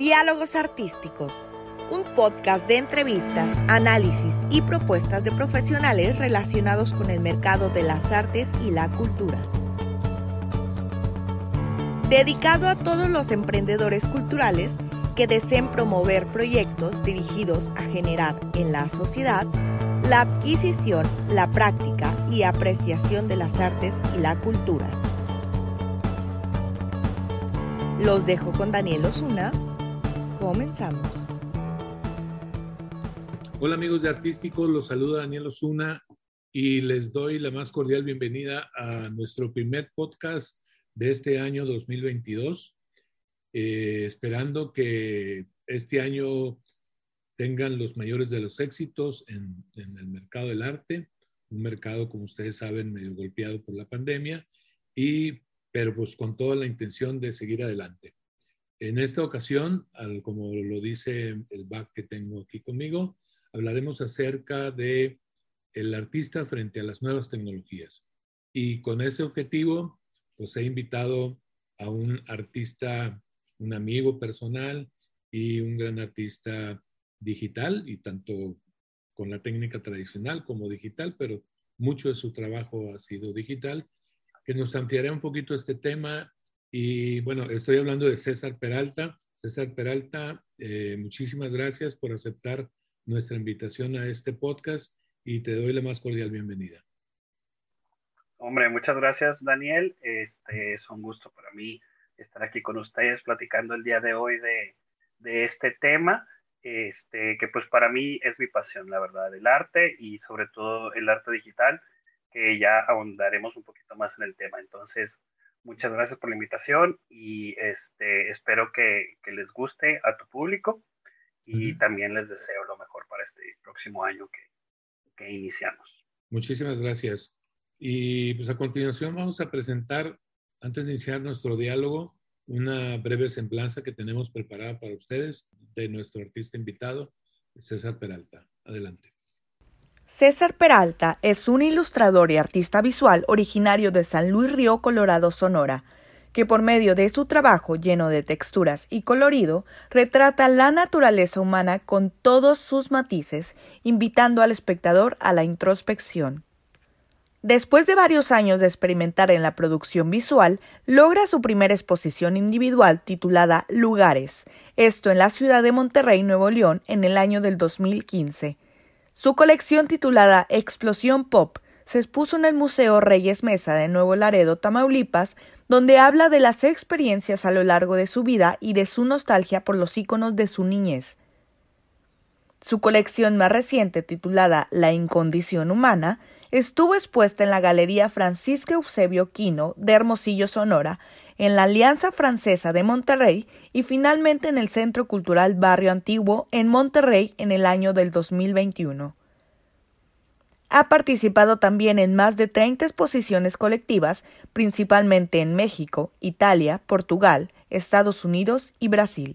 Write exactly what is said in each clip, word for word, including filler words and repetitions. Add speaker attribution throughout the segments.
Speaker 1: Diálogos Artísticos, un podcast de entrevistas, análisis y propuestas de profesionales relacionados con el mercado de las artes y la cultura. Dedicado a todos los emprendedores culturales que deseen promover proyectos dirigidos a generar en la sociedad la adquisición, la práctica y apreciación de las artes y la cultura. Los dejo con Daniel Osuna. Comenzamos.
Speaker 2: Hola amigos de Artísticos, los saluda Daniel Osuna y les doy la más cordial bienvenida a nuestro primer podcast de este año dos mil veintidós. Eh, esperando que este año tengan los mayores de los éxitos en, en el mercado del arte, un mercado, como ustedes saben, medio golpeado por la pandemia, y, pero pues con toda la intención de seguir adelante. En esta ocasión, al, como lo dice el back que tengo aquí conmigo, hablaremos acerca de el artista frente a las nuevas tecnologías. Y con ese objetivo, pues he invitado a un artista, un amigo personal y un gran artista digital, y tanto con la técnica tradicional como digital, pero mucho de su trabajo ha sido digital, que nos ampliará un poquito este tema. Y bueno, estoy hablando de César Peralta. César Peralta, eh, muchísimas gracias por aceptar nuestra invitación a este podcast y te doy la más cordial bienvenida.
Speaker 3: Hombre, muchas gracias, Daniel. Este es un gusto para mí estar aquí con ustedes platicando el día de hoy de, de este tema, este, que pues para mí es mi pasión, la verdad, el arte y sobre todo el arte digital, que ya ahondaremos un poquito más en el tema. Entonces, muchas gracias por la invitación y este, espero que, que les guste a tu público y uh-huh. también les deseo lo mejor para este próximo año que, que iniciamos.
Speaker 2: Muchísimas gracias. Y pues a continuación vamos a presentar, antes de iniciar nuestro diálogo, una breve semblanza que tenemos preparada para ustedes de nuestro artista invitado, César Peralta. Adelante.
Speaker 1: César Peralta es un ilustrador y artista visual originario de San Luis Río Colorado, Sonora, que por medio de su trabajo lleno de texturas y colorido, retrata la naturaleza humana con todos sus matices, invitando al espectador a la introspección. Después de varios años de experimentar en la producción visual, logra su primera exposición individual titulada Lugares, esto en la ciudad de Monterrey, Nuevo León, en el año del dos mil quince. Su colección titulada Explosión Pop se expuso en el Museo Reyes Mesa de Nuevo Laredo, Tamaulipas, donde habla de las experiencias a lo largo de su vida y de su nostalgia por los íconos de su niñez. Su colección más reciente, titulada La Incondición Humana, estuvo expuesta en la Galería Francisco Eusebio Quino de Hermosillo, Sonora, en la Alianza Francesa de Monterrey y finalmente en el Centro Cultural Barrio Antiguo en Monterrey en el año del dos mil veintiuno. Ha participado también en más de treinta exposiciones colectivas, principalmente en México, Italia, Portugal, Estados Unidos y Brasil.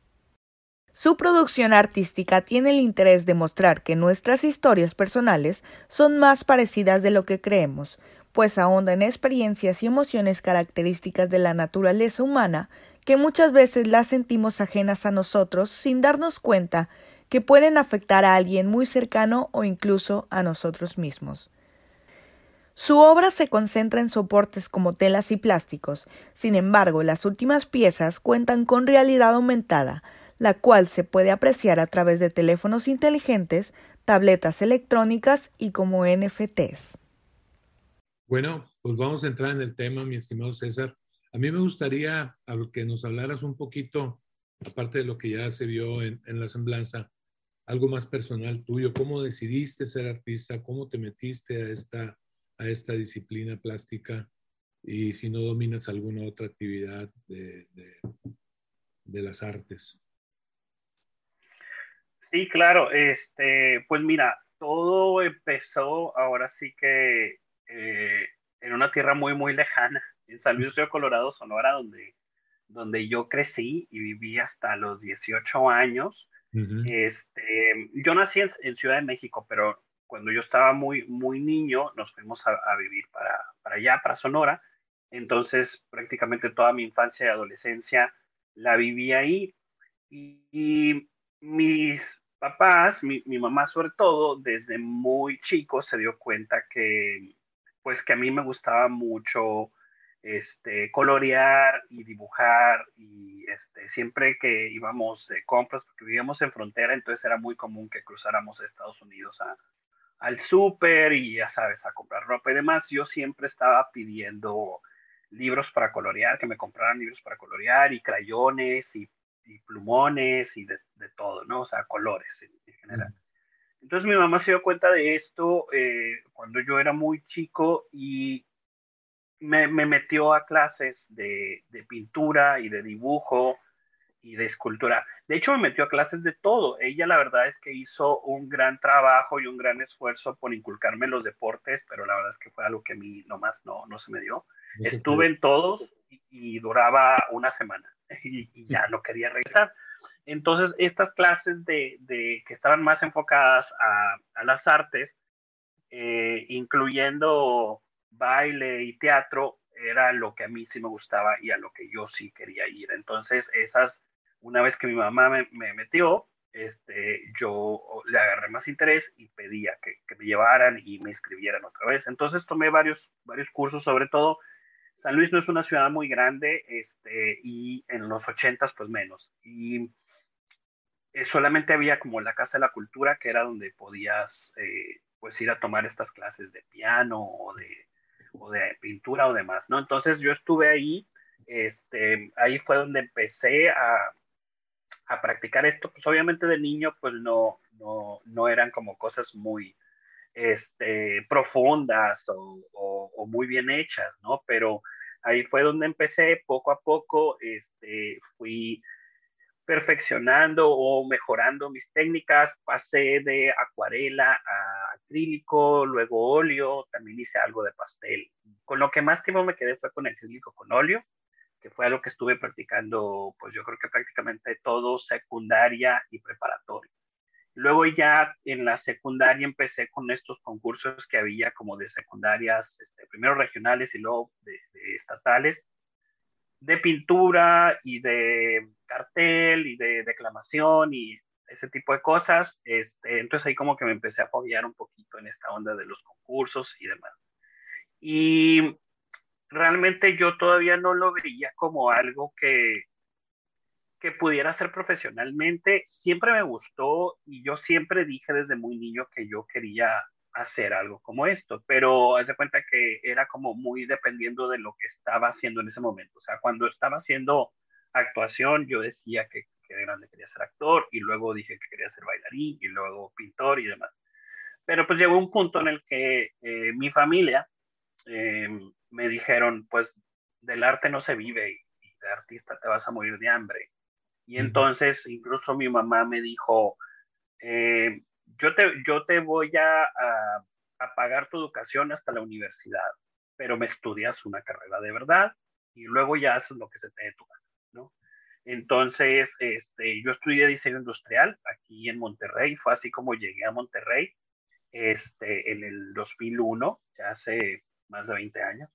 Speaker 1: Su producción artística tiene el interés de mostrar que nuestras historias personales son más parecidas de lo que creemos, pues ahonda en experiencias y emociones características de la naturaleza humana que muchas veces las sentimos ajenas a nosotros sin darnos cuenta que pueden afectar a alguien muy cercano o incluso a nosotros mismos. Su obra se concentra en soportes como telas y plásticos, sin embargo, las últimas piezas cuentan con realidad aumentada, la cual se puede apreciar a través de teléfonos inteligentes, tabletas electrónicas y como N F Ts.
Speaker 2: Bueno, pues vamos a entrar en el tema, mi estimado César. A mí me gustaría que nos hablaras un poquito, aparte de lo que ya se vio en, en la semblanza, algo más personal tuyo. ¿Cómo decidiste ser artista? ¿Cómo te metiste a esta, a esta disciplina plástica? Y si no dominas alguna otra actividad de, de, de las artes.
Speaker 3: Sí, claro. Este, pues mira, todo empezó ahora sí que eh, en una tierra muy, muy lejana, en San Luis Río Colorado, Sonora, donde, donde yo crecí y viví hasta los dieciocho años. Uh-huh. Este, yo nací en, en Ciudad de México, pero cuando yo estaba muy, muy niño, nos fuimos a, a vivir para, para allá, para Sonora. Entonces, prácticamente toda mi infancia y adolescencia la viví ahí. Y, y mis papás, mi, mi mamá sobre todo, desde muy chico se dio cuenta que, pues que a mí me gustaba mucho este, colorear y dibujar y este, siempre que íbamos de compras, porque vivíamos en frontera, entonces era muy común que cruzáramos a Estados Unidos a, al súper y ya sabes, a comprar ropa y demás, yo siempre estaba pidiendo libros para colorear, que me compraran libros para colorear y crayones y, y plumones y de, de, todo, ¿no? O sea, colores en, en general. Entonces mi mamá se dio cuenta de esto eh, cuando yo era muy chico y me, me metió a clases de, de pintura y de dibujo y de escultura. De hecho, me metió a clases de todo. Ella, la verdad es que hizo un gran trabajo y un gran esfuerzo por inculcarme los deportes, pero la verdad es que fue algo que a mí nomás no, no se me dio.
Speaker 2: No se
Speaker 3: Estuve
Speaker 2: puede.
Speaker 3: en todos y, y duraba una semana y, y, ya no quería regresar. Entonces, estas clases de, de que estaban más enfocadas a, a las artes, eh, incluyendo baile y teatro, era lo que a mí sí me gustaba y a lo que yo sí quería ir. Entonces, esas, una vez que mi mamá me, me metió, este, yo le agarré más interés y pedía que, que me llevaran y me inscribieran otra vez. Entonces tomé varios, varios cursos, sobre todo San Luis no es una ciudad muy grande, este, y en los ochentas pues menos. Y eh, solamente había como la Casa de la Cultura, que era donde podías eh, pues ir a tomar estas clases de piano o de, o de pintura o demás, ¿no? Entonces yo estuve ahí, este, ahí fue donde empecé a, a practicar esto, pues obviamente de niño pues no, no, no eran como cosas muy este, profundas o, o, o muy bien hechas, ¿no? Pero ahí fue donde empecé poco a poco, este, fui perfeccionando o mejorando mis técnicas. Pasé de acuarela a acrílico, luego óleo, también hice algo de pastel. Con lo que más tiempo me quedé fue con el acrílico con óleo, que fue algo que estuve practicando, pues yo creo que prácticamente todo secundaria y preparatoria. Luego ya en la secundaria empecé con estos concursos que había como de secundarias, este, primero regionales y luego de, de estatales, de pintura y de cartel y de declamación y ese tipo de cosas. Este, entonces ahí como que me empecé a apoyar un poquito en esta onda de los concursos y demás. Y realmente yo todavía no lo veía como algo que, que pudiera hacer profesionalmente. Siempre me gustó y yo siempre dije desde muy niño que yo quería hacer algo como esto, pero haz de cuenta que era como muy dependiendo de lo que estaba haciendo en ese momento. O sea, cuando estaba haciendo actuación, yo decía que, que de grande quería ser actor y luego dije que quería ser bailarín y luego pintor y demás. Pero pues llegó un punto en el que eh, mi familia eh, me dijeron, pues del arte no se vive y, y de artista te vas a morir de hambre. Y
Speaker 2: Ujú.
Speaker 3: entonces incluso mi mamá me dijo, eh, yo, te, yo te voy a, a, a pagar tu educación hasta la universidad, pero me estudias una carrera de verdad y luego ya haces lo que se te dé tu gana, ¿no? Entonces, este, yo estudié diseño industrial aquí en Monterrey, fue así como llegué a Monterrey este, en el dos mil uno, ya hace más de veinte años.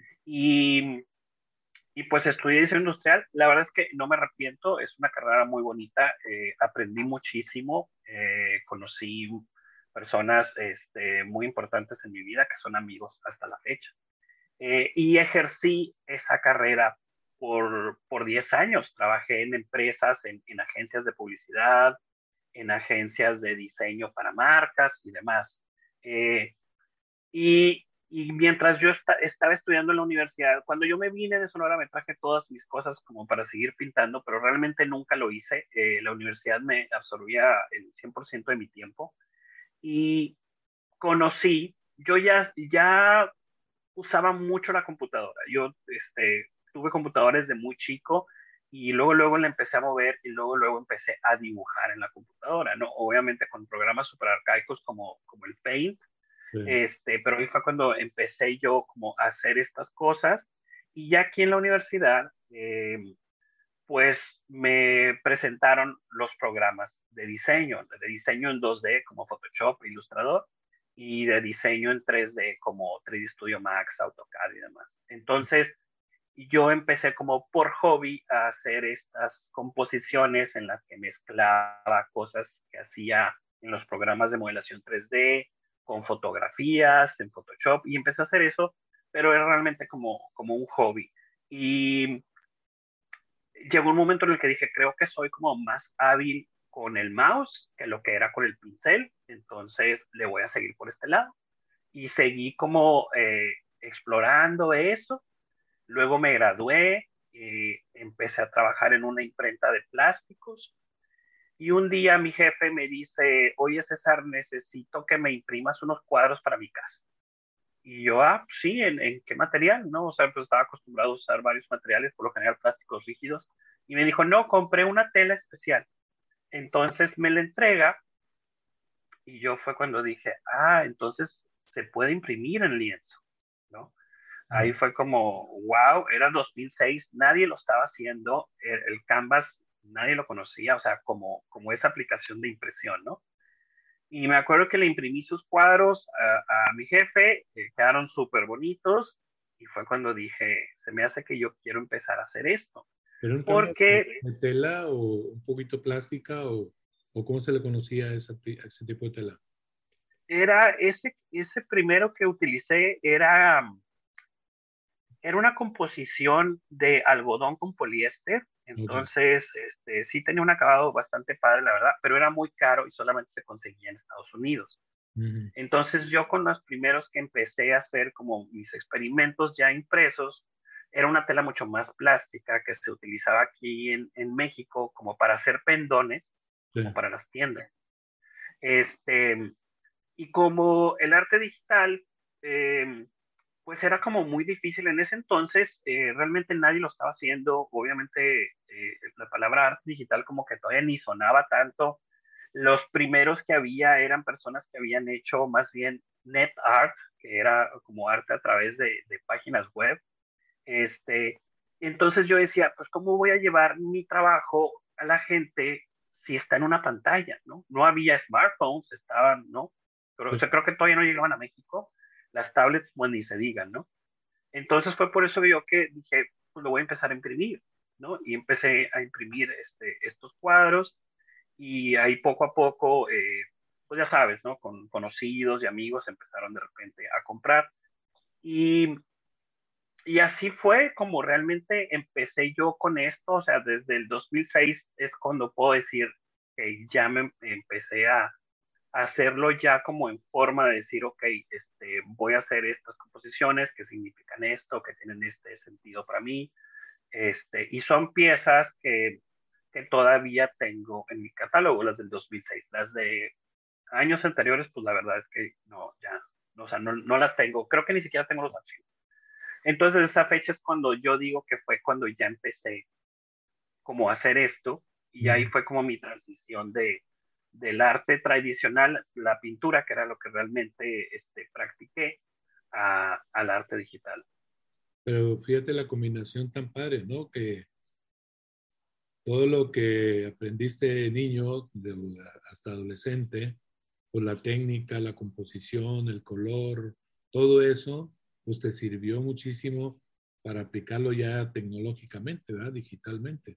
Speaker 3: Y y pues estudié diseño industrial. La verdad es que no me arrepiento, es una carrera muy bonita. Eh, aprendí muchísimo, eh, conocí personas este, muy importantes en mi vida que son amigos hasta la fecha. Eh, y ejercí esa carrera por, por diez años. Trabajé en empresas, en, en agencias de publicidad, en agencias de diseño para marcas y demás. Eh, y, y mientras yo esta, estaba estudiando en la universidad, cuando yo me vine de Sonora me traje todas mis cosas como para seguir pintando, pero realmente nunca lo hice. Eh, la universidad me absorbía el cien por ciento de mi tiempo y conocí, yo ya, ya usaba mucho la computadora. Yo este, tuve computadores de muy chico y luego, luego la empecé a mover y luego, luego empecé a dibujar en la computadora, ¿no? Obviamente con programas super arcaicos como, como el Paint,
Speaker 2: Sí.
Speaker 3: este, pero ahí fue cuando empecé yo como a hacer estas cosas y ya aquí en la universidad, eh, pues me presentaron los programas de diseño, de diseño en dos D como Photoshop, Illustrator, y de diseño en tres D como tres D Studio Max, AutoCAD y demás. Entonces, Y yo empecé como por hobby a hacer estas composiciones en las que mezclaba cosas que hacía en los programas de modelación tres D, con fotografías en Photoshop, y empecé a hacer eso, pero era realmente como, como un hobby. Y llegó un momento en el que dije, creo que soy como más hábil con el mouse que lo que era con el pincel, entonces le voy a seguir por este lado. Y seguí como eh, explorando eso. Luego me gradué, eh, empecé a trabajar en una imprenta de plásticos, y un día mi jefe me dice, oye César, necesito que me imprimas unos cuadros para mi casa. Y yo, ah, sí, ¿en, en qué material? ¿No? O sea, pues estaba acostumbrado a usar varios materiales, por lo general plásticos rígidos. Y me dijo, no, compré una tela especial. Entonces me la entrega, y yo fue cuando dije, ah, entonces se puede imprimir en lienzo, ¿no? Ahí fue como, wow, era dos mil seis, nadie lo estaba haciendo, el, el Canvas nadie lo conocía, o sea, como, como esa aplicación de impresión, ¿no? Y me acuerdo que le imprimí sus cuadros a, a mi jefe, que quedaron súper bonitos, y fue cuando dije, se me hace que yo quiero empezar a hacer esto.
Speaker 2: ¿Pero un Canvas de,
Speaker 3: Porque
Speaker 2: de tela o un poquito plástica o, o cómo se le conocía a ese, a ese tipo de tela?
Speaker 3: era ese, ese primero que utilicé, era, era una composición de algodón con poliéster,
Speaker 2: Okay.
Speaker 3: entonces este, sí tenía un acabado bastante padre, la verdad, pero era muy caro y solamente se conseguía en Estados Unidos.
Speaker 2: Uh-huh.
Speaker 3: Entonces yo con los primeros que empecé a hacer como mis experimentos ya impresos, era una tela mucho más plástica que se utilizaba aquí en, en México como para hacer pendones,
Speaker 2: Sí.
Speaker 3: como para las tiendas. Este, y como el arte digital, eh, pues era como muy difícil en ese entonces, eh, realmente nadie lo estaba haciendo, obviamente eh, la palabra arte digital como que todavía ni sonaba tanto, los primeros que había eran personas que habían hecho más bien net art, que era como arte a través de, de páginas web, este, entonces yo decía, pues cómo voy a llevar mi trabajo a la gente si está en una pantalla, ¿no? No había smartphones, estaban, ¿no? Pero, o sea, creo que todavía no llegaban a México, las tablets, bueno, ni se digan, ¿no? Entonces fue por eso yo que dije, pues lo voy a empezar a imprimir, ¿no? Y empecé a imprimir este, estos cuadros, y ahí poco a poco, eh, pues ya sabes, ¿no? Con conocidos y amigos empezaron de repente a comprar. Y, y así fue como realmente empecé yo con esto, o sea, desde el dos mil seis es cuando puedo decir que ya me empecé a, hacerlo ya como en forma de decir, ok, este, voy a hacer estas composiciones que significan esto, que tienen este sentido para mí, este, y son piezas que, que todavía tengo en mi catálogo, las del dos mil seis, las de años anteriores, pues la verdad es que no, ya, o sea, no, no las tengo, creo que ni siquiera tengo los archivos. Entonces, esa fecha es cuando yo digo que fue cuando ya empecé como a hacer esto, y ahí
Speaker 2: Uh-huh.
Speaker 3: fue como mi transición de, del arte tradicional, la pintura, que era lo que realmente este, practiqué, a, al arte digital.
Speaker 2: Pero fíjate la combinación tan padre, ¿no? Que todo lo que aprendiste de niño de, hasta adolescente, pues la técnica, la composición, el color, todo eso, pues te sirvió muchísimo para aplicarlo ya tecnológicamente, ¿verdad? Digitalmente.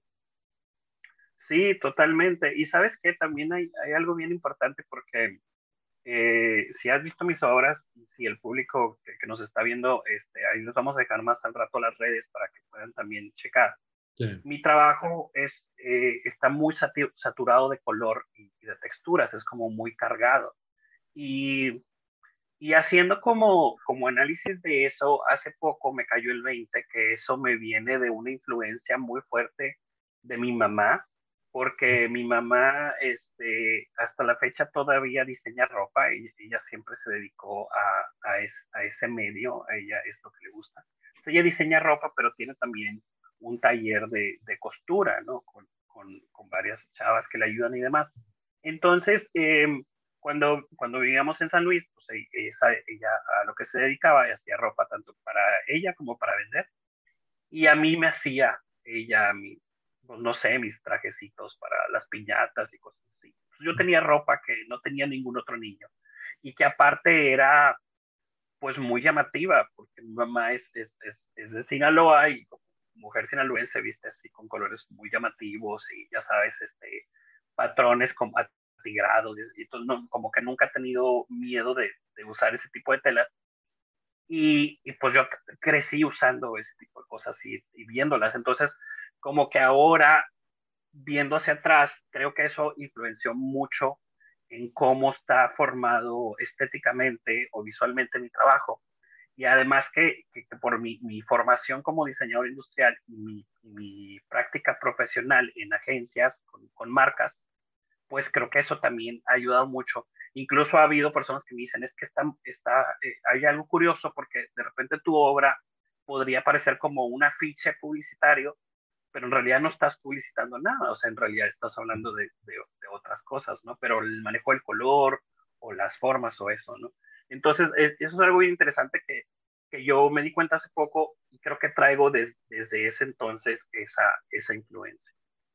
Speaker 3: Sí, totalmente. Y sabes que también hay, hay algo bien importante porque eh, si has visto mis obras y si el público que, que nos está viendo, este, ahí les vamos a dejar más al rato las redes para que puedan también checar.
Speaker 2: Sí.
Speaker 3: Mi trabajo es, eh, está muy sati- saturado de color y, y de texturas, es como muy cargado. Y, y haciendo como, como análisis de eso, hace poco me cayó el veinte que eso me viene de una influencia muy fuerte de mi mamá, porque mi mamá este, hasta la fecha todavía diseña ropa, y ella siempre se dedicó a, a, es, a ese medio, a ella es lo que le gusta. Entonces, ella diseña ropa, pero tiene también un taller de, de costura, ¿no? Con, con, con varias chavas que le ayudan y demás. Entonces, eh, cuando, cuando vivíamos en San Luis, pues ella, ella a lo que se dedicaba, hacía ropa tanto para ella como para vender. Y a mí me hacía ella, mi, pues no sé, mis trajecitos para las piñatas y cosas así. Pues yo tenía ropa que no tenía ningún otro niño, y que aparte era pues muy llamativa, porque mi mamá es, es, es, es de Sinaloa, y como mujer sinaloense viste así con colores muy llamativos y ya sabes, este, patrones como atigrados, y, y entonces no, como que nunca he tenido miedo de, de usar ese tipo de telas. Y, y, pues yo crecí usando ese tipo de cosas y, y viéndolas. Entonces, como que ahora, viendo hacia atrás, creo que eso influenció mucho en cómo está formado estéticamente o visualmente mi trabajo. Y además que, que, que por mi, mi, formación como diseñador industrial y mi, mi práctica profesional en agencias con, con marcas, pues creo que eso también ha ayudado mucho. Incluso ha habido personas que me dicen, es que está, está, eh, hay algo curioso porque de repente tu obra podría parecer como un afiche publicitario, pero en realidad no estás publicitando nada, o sea, en realidad estás hablando de, de, de otras cosas, ¿no? Pero el manejo del color o las formas o eso, ¿no? Entonces, eh, eso es algo muy interesante que, que yo me di cuenta hace poco y creo que traigo des, desde ese entonces esa, esa influencia.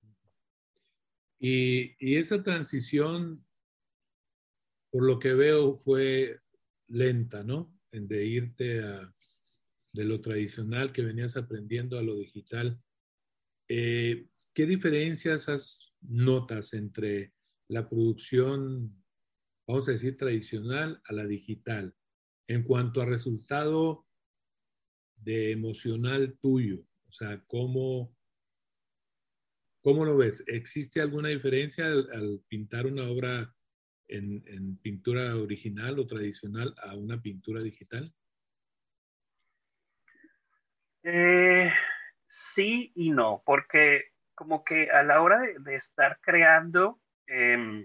Speaker 2: Y, y esa transición, por lo que veo, fue lenta, ¿no? De irte a, de lo tradicional que venías aprendiendo a lo digital. Eh, ¿Qué diferencias has, notas entre la producción, vamos a decir, tradicional a la digital en cuanto a resultado de emocional tuyo? O sea, ¿cómo, cómo lo ves? ¿Existe alguna diferencia al, al pintar una obra en, en pintura original o tradicional a una pintura digital?
Speaker 3: Eh, sí y no, porque como que a la hora de, de estar creando, eh,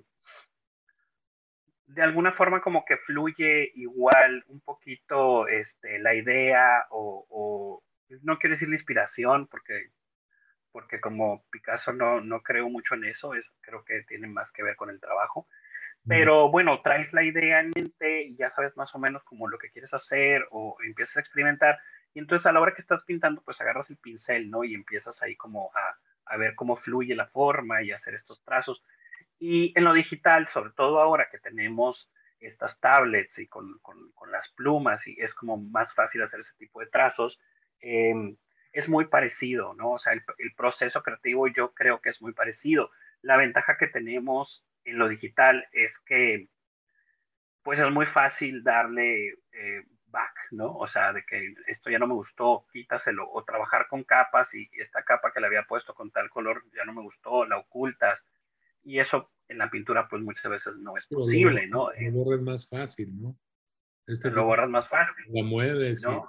Speaker 3: de alguna forma como que fluye igual un poquito este, la idea o, o no quiero decir la inspiración, porque, porque como Picasso no, no creo mucho en eso, es, creo que tiene más que ver con el trabajo.
Speaker 2: Uh-huh.
Speaker 3: Pero bueno, traes la idea en mente y ya sabes más o menos como lo que quieres hacer o empiezas a experimentar. Y entonces a la hora que estás pintando, pues agarras el pincel, ¿no? Y empiezas ahí como a, a ver cómo fluye la forma y hacer estos trazos. Y en lo digital, sobre todo ahora que tenemos estas tablets y con, con, con las plumas y es como más fácil hacer ese tipo de trazos, eh, es muy parecido, ¿no? O sea, el, el proceso creativo yo creo que es muy parecido. La ventaja que tenemos en lo digital es que pues es muy fácil darle eh, back, ¿no? O sea, de que esto ya no me gustó, quítaselo, o trabajar con capas y esta capa que le había puesto con tal color ya no me gustó, la ocultas. Y eso en la pintura pues muchas veces no es
Speaker 2: Pero lo,
Speaker 3: posible, ¿no?
Speaker 2: lo
Speaker 3: Es,
Speaker 2: borras más fácil, ¿no? Este
Speaker 3: lo borras más fácil,
Speaker 2: la mueves y...
Speaker 3: ¿no?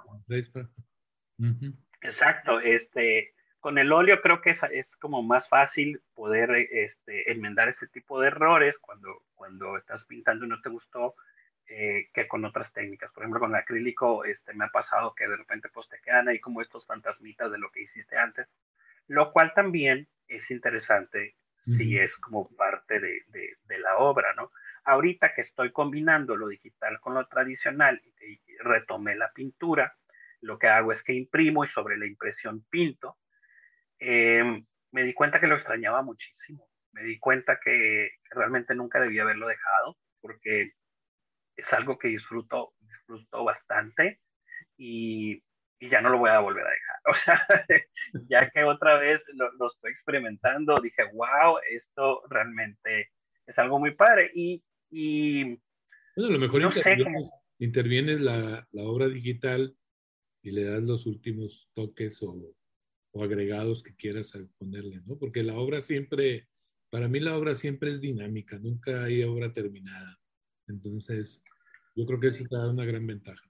Speaker 2: Uh-huh.
Speaker 3: Exacto, este, con el óleo creo que es, es como más fácil poder este, enmendar ese tipo de errores cuando, cuando estás pintando y no te gustó eh, que con otras técnicas. Por ejemplo, con el acrílico este, me ha pasado que de repente pues te quedan ahí como estos fantasmitas de lo que hiciste antes, lo cual también es interesante si
Speaker 2: Uh-huh.
Speaker 3: es como parte de, de, de la obra, ¿no? Ahorita que estoy combinando lo digital con lo tradicional y que retomé la pintura, lo que hago es que imprimo y sobre la impresión pinto. Eh, me di cuenta que lo extrañaba muchísimo. Me di cuenta que, que realmente nunca debía haberlo dejado porque es algo que disfruto, disfruto bastante y, y ya no lo voy a volver a dejar. O sea, ya que otra vez lo, lo estoy experimentando, dije, wow, esto realmente es algo muy padre. Y, y,
Speaker 2: Bueno, a lo
Speaker 3: y
Speaker 2: mejor
Speaker 3: no sé cómo.
Speaker 2: intervienes, intervienes la, la obra digital y le das los últimos toques o, o agregados que quieras ponerle, ¿no? Porque la obra siempre, para mí la obra siempre es dinámica, nunca hay obra terminada. Entonces, yo creo que eso te da una gran ventaja.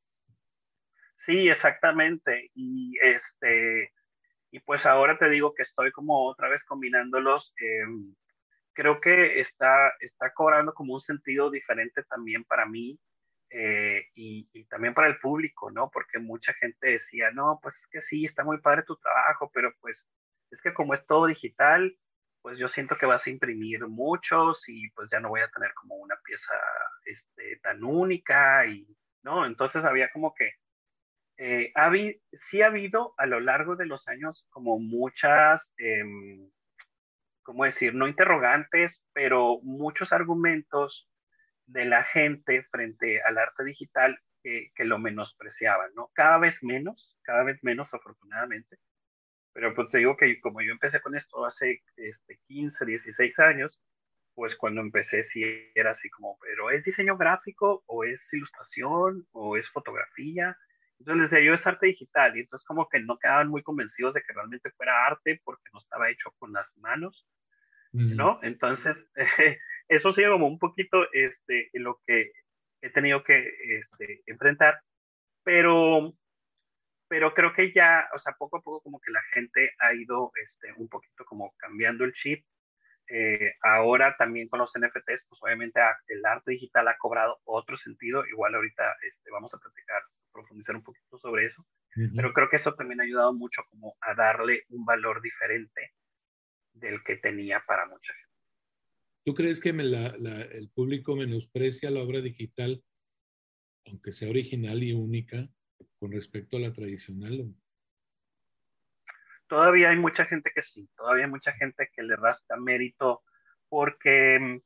Speaker 3: Sí, exactamente. Y este, y pues ahora te digo que estoy como otra vez combinándolos. Eh, creo que está, está cobrando como un sentido diferente también para mí eh, y, y también para el público, ¿no? Porque mucha gente decía, no, pues es que sí, está muy padre tu trabajo, pero pues es que como es todo digital, pues yo siento que vas a imprimir muchos y pues ya no voy a tener como una pieza este, tan única y, ¿no? Entonces había como que eh, ha habi- sí ha habido a lo largo de los años como muchas, eh, ¿cómo decir? No interrogantes, pero muchos argumentos de la gente frente al arte digital que, que lo menospreciaban, ¿no? Cada vez menos, cada vez menos afortunadamente, Pero pues te digo que como yo empecé con esto hace este, quince, dieciséis años, pues cuando empecé sí era así como, pero ¿es diseño gráfico o es ilustración o es fotografía? Entonces les decía, yo es arte digital y entonces como que no quedaban muy convencidos de que realmente fuera arte porque no estaba hecho con las manos,
Speaker 2: Mm.
Speaker 3: ¿no? Entonces eh, eso sí como un poquito este, en lo que he tenido que este, enfrentar, pero, pero creo que ya, o sea, poco a poco como que la gente ha ido este, un poquito como cambiando el chip. Eh, ahora también con los N F Ts, pues obviamente el arte digital ha cobrado otro sentido. Igual ahorita este, vamos a platicar, profundizar un poquito sobre eso.
Speaker 2: Ujú.
Speaker 3: Pero creo que eso también ha ayudado mucho como a darle un valor diferente del que tenía para mucha gente.
Speaker 2: ¿Tú crees que me la- la- el público menosprecia la obra digital, aunque sea original y única, con respecto a la tradicional?
Speaker 3: Todavía hay mucha gente que sí, todavía hay mucha gente que le rasta mérito porque,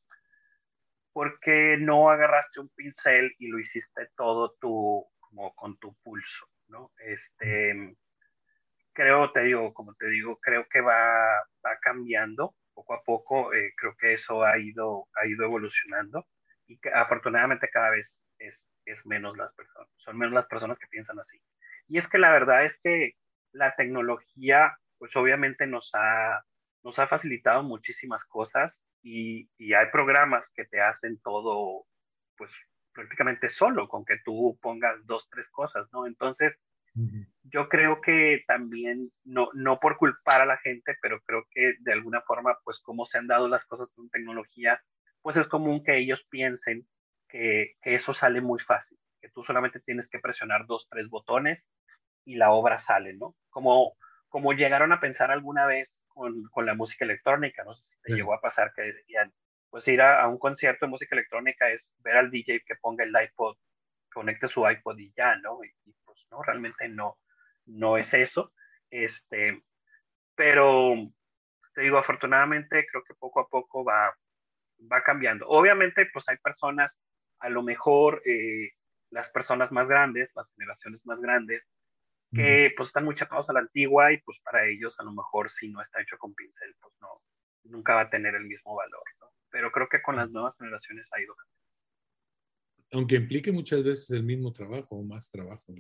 Speaker 3: porque no agarraste un pincel y lo hiciste todo tú, como con tu pulso, ¿no? Este, creo, te digo, como te digo, creo que va, va cambiando poco a poco. Eh, creo que eso ha ido, ha ido evolucionando y que afortunadamente cada vez es, es menos las personas, son menos las personas que piensan así. Y es que la verdad es que la tecnología, pues obviamente nos ha, nos ha facilitado muchísimas cosas y, y hay programas que te hacen todo, pues prácticamente solo, con que tú pongas dos, tres cosas, ¿no? Entonces,
Speaker 2: Ujú.
Speaker 3: yo creo que también, no, no por culpar a la gente, pero creo que de alguna forma, pues como se han dado las cosas con tecnología, pues es común que ellos piensen que, que eso sale muy fácil, que tú solamente tienes que presionar dos, tres botones y la obra sale, ¿no? Como, como llegaron a pensar alguna vez con, con la música electrónica, no sé si te
Speaker 2: Sí.
Speaker 3: llegó a pasar que decían, pues ir a, a un concierto de música electrónica es ver al D J que ponga el iPod, conecte su iPod y ya, ¿no? Y, y pues no, realmente no, no es eso. Este, pero te digo, afortunadamente creo que poco a poco va, va cambiando. Obviamente, pues hay personas, a lo mejor eh, las personas más grandes, las generaciones más grandes,
Speaker 2: Ujú.
Speaker 3: que pues están muy chapados a la antigua y pues para ellos a lo mejor si no está hecho con pincel, pues no, nunca va a tener el mismo valor, ¿no? Pero creo que con las nuevas generaciones ha ido cambiando.
Speaker 2: Aunque implique muchas veces el mismo trabajo o más trabajo.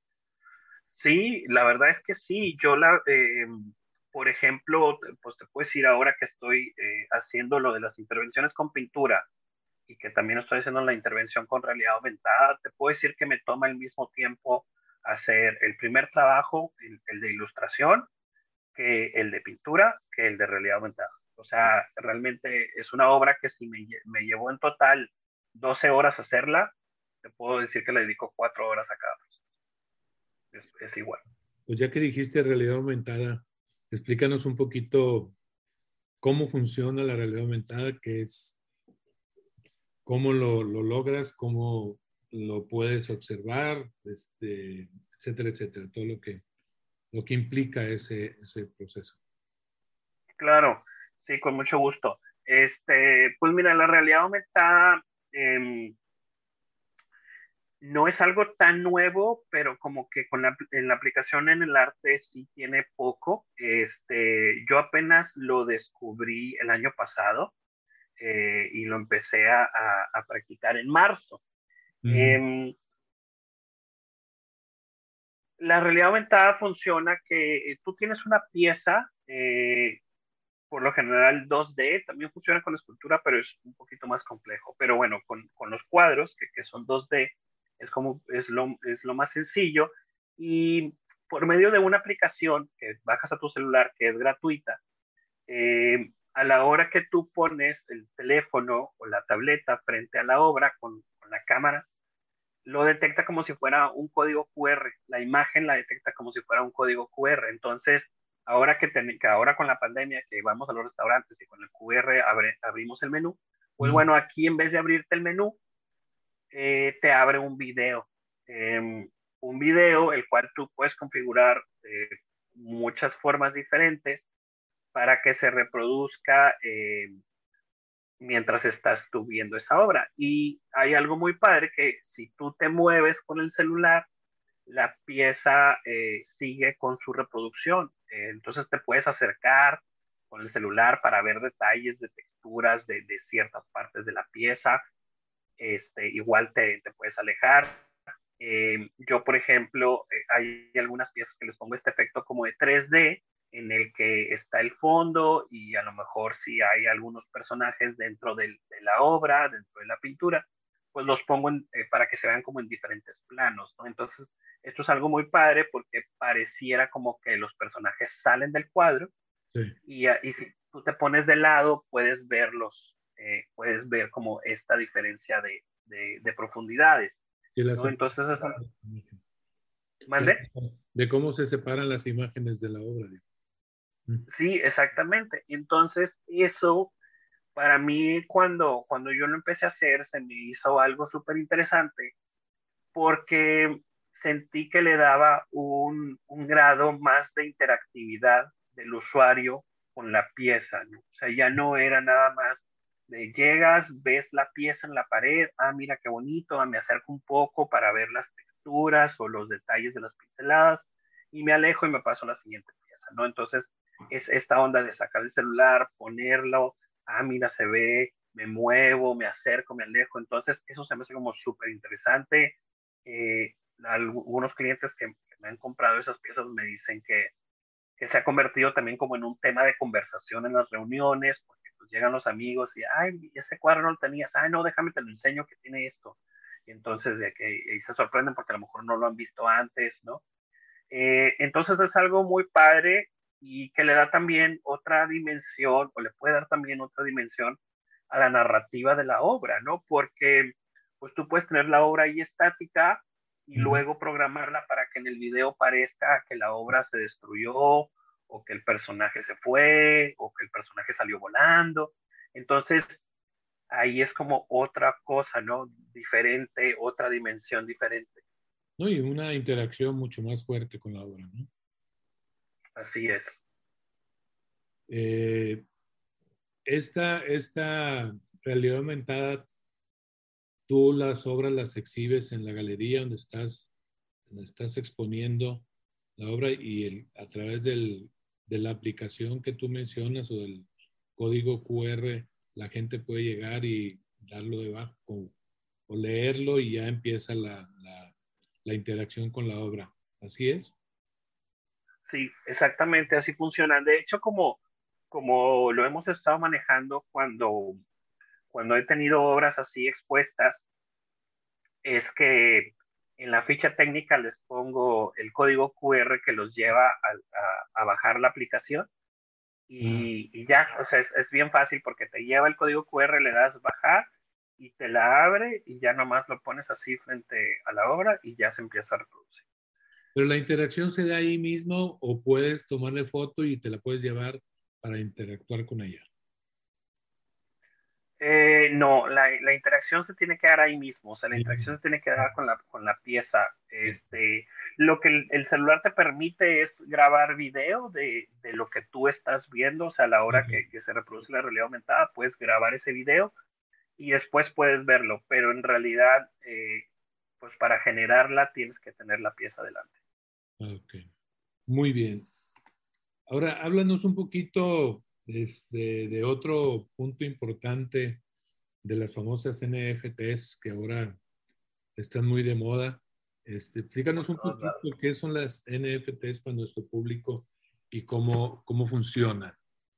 Speaker 3: Sí, la verdad es que sí. Yo la, eh, por ejemplo, pues te puedo decir ahora que estoy eh, haciendo lo de las intervenciones con pintura y que también estoy haciendo la intervención con realidad aumentada, te puedo decir que me toma el mismo tiempo hacer el primer trabajo, el, el de ilustración, que el de pintura, que el de realidad aumentada. O sea, realmente es una obra que si me, me llevó en total doce horas hacerla, te puedo decir que le dedico cuatro horas a cada persona. Es, es igual.
Speaker 2: Pues ya que dijiste realidad aumentada, explícanos un poquito cómo funciona la realidad aumentada, qué es, cómo lo, lo logras, cómo lo puedes observar, este, etcétera, etcétera, todo lo que, lo que implica ese, ese proceso.
Speaker 3: Claro, sí, con mucho gusto. Este, pues mira, la realidad aumentada eh, no es algo tan nuevo, pero como que con la, en la aplicación en el arte sí tiene poco. Este, yo apenas lo descubrí el año pasado eh, y lo empecé a, a, a practicar en marzo.
Speaker 2: Ujú.
Speaker 3: Eh, la realidad aumentada funciona que eh, tú tienes una pieza, eh, por lo general dos D, también funciona con escultura, pero es un poquito más complejo. Pero bueno, con, con los cuadros, que, que son dos D, es, como, es, lo, es lo más sencillo. Y por medio de una aplicación que bajas a tu celular, que es gratuita, eh, a la hora que tú pones el teléfono o la tableta frente a la obra con, con la cámara, lo detecta como si fuera un código Q R. La imagen la detecta como si fuera un código Q R. Entonces, ahora que, ten, que ahora con la pandemia, que vamos a los restaurantes y con el Q R abre, abrimos el menú, pues
Speaker 2: Mm.
Speaker 3: bueno, aquí en vez de abrirte el menú, eh, te abre un video. Eh, un video el cual tú puedes configurar de muchas formas diferentes para que se reproduzca eh, mientras estás tú viendo esa obra. Y hay algo muy padre que si tú te mueves con el celular, la pieza eh, sigue con su reproducción. Eh, entonces te puedes acercar con el celular para ver detalles de texturas de, de ciertas partes de la pieza. Este, igual te, te puedes alejar. Eh, yo, por ejemplo, eh, hay algunas piezas que les pongo este efecto como de tres D, en el que está el fondo y a lo mejor si hay algunos personajes dentro del, de la obra, dentro de la pintura, pues los pongo en, eh, para que se vean como en diferentes planos, ¿no? Entonces, esto es algo muy padre porque pareciera como que los personajes salen del cuadro
Speaker 2: Sí.
Speaker 3: y, y si tú te pones de lado, puedes verlos, eh, puedes ver como esta diferencia de, de, de profundidades,
Speaker 2: Sí, la
Speaker 3: ¿no? Entonces, es,
Speaker 2: separación
Speaker 3: ¿más
Speaker 2: de,
Speaker 3: de?
Speaker 2: de cómo se separan las imágenes de la obra. Digo. Mm.
Speaker 3: Sí, exactamente. Entonces, eso para mí, cuando, cuando yo lo empecé a hacer, se me hizo algo súper interesante porque sentí que le daba un, un grado más de interactividad del usuario con la pieza, ¿no? O sea, ya no era nada más de llegas, ves la pieza en la pared, ah, mira qué bonito, ah, me acerco un poco para ver las texturas o los detalles de las pinceladas y me alejo y me paso a la siguiente pieza, ¿no? Entonces, es esta onda de sacar el celular, ponerlo, ah, mira, se ve, me muevo, me acerco, me alejo, entonces eso se me hace como súper interesante. Eh, algunos clientes que, que, me han comprado esas piezas me dicen que, que, se ha convertido también como en un tema de conversación en las reuniones, porque pues llegan los amigos y, ay, ese cuadro no lo tenías, ay, no, déjame te lo enseño que tiene esto. Y entonces de que y se sorprenden porque a lo mejor no lo han visto antes, ¿no? Eh, entonces es algo muy padre y que le da también otra dimensión, o le puede dar también otra dimensión a la narrativa de la obra, ¿no? Porque pues tú puedes tener la obra ahí estática y
Speaker 2: Ujú.
Speaker 3: luego programarla para que en el video parezca que la obra se destruyó o que el personaje se fue o que el personaje salió volando. Entonces ahí es como otra cosa, ¿no? Diferente, otra dimensión diferente.
Speaker 2: ¿No? Y una interacción mucho más fuerte con la obra, ¿no?
Speaker 3: Así es.
Speaker 2: Eh, esta, esta realidad aumentada, tú las obras las exhibes en la galería donde estás, donde estás exponiendo la obra y el, a través del, de la aplicación que tú mencionas o del código Q R, la gente puede llegar y darlo debajo o, o leerlo y ya empieza la, la, la interacción con la obra. ¿Así es?
Speaker 3: Sí, exactamente así funcionan. De hecho, como, como lo hemos estado manejando cuando, cuando he tenido obras así expuestas, es que en la ficha técnica les pongo el código Q R que los lleva a, a, a bajar la aplicación
Speaker 2: Ah,
Speaker 3: y, y ya, o sea, es, es, bien fácil porque te lleva el código Q R, le das bajar y te la abre y ya nomás lo pones así frente a la obra y ya se empieza a reproducir.
Speaker 2: pero la interacción se da ahí mismo o puedes tomarle foto y te la puedes llevar para interactuar con ella.
Speaker 3: Eh, no, la, la, interacción se tiene que dar ahí mismo, o sea, la
Speaker 2: Ahí
Speaker 3: interacción
Speaker 2: mismo.
Speaker 3: se tiene que dar con la, con la pieza. Este, lo que el, el, celular te permite es grabar video de, de, lo que tú estás viendo, o sea, a la hora
Speaker 2: Okay.
Speaker 3: que, que se reproduce la realidad aumentada, puedes grabar ese video y después puedes verlo, pero en realidad, eh, pues para generarla tienes que tener la pieza delante.
Speaker 2: Ok, muy bien. Ahora, háblanos un poquito este, de otro punto importante de las famosas N F Ts que ahora están muy de moda. Este, explícanos
Speaker 3: Por
Speaker 2: un
Speaker 3: todos
Speaker 2: poquito
Speaker 3: lados.
Speaker 2: qué son las N F Ts para nuestro público y cómo, cómo funcionan.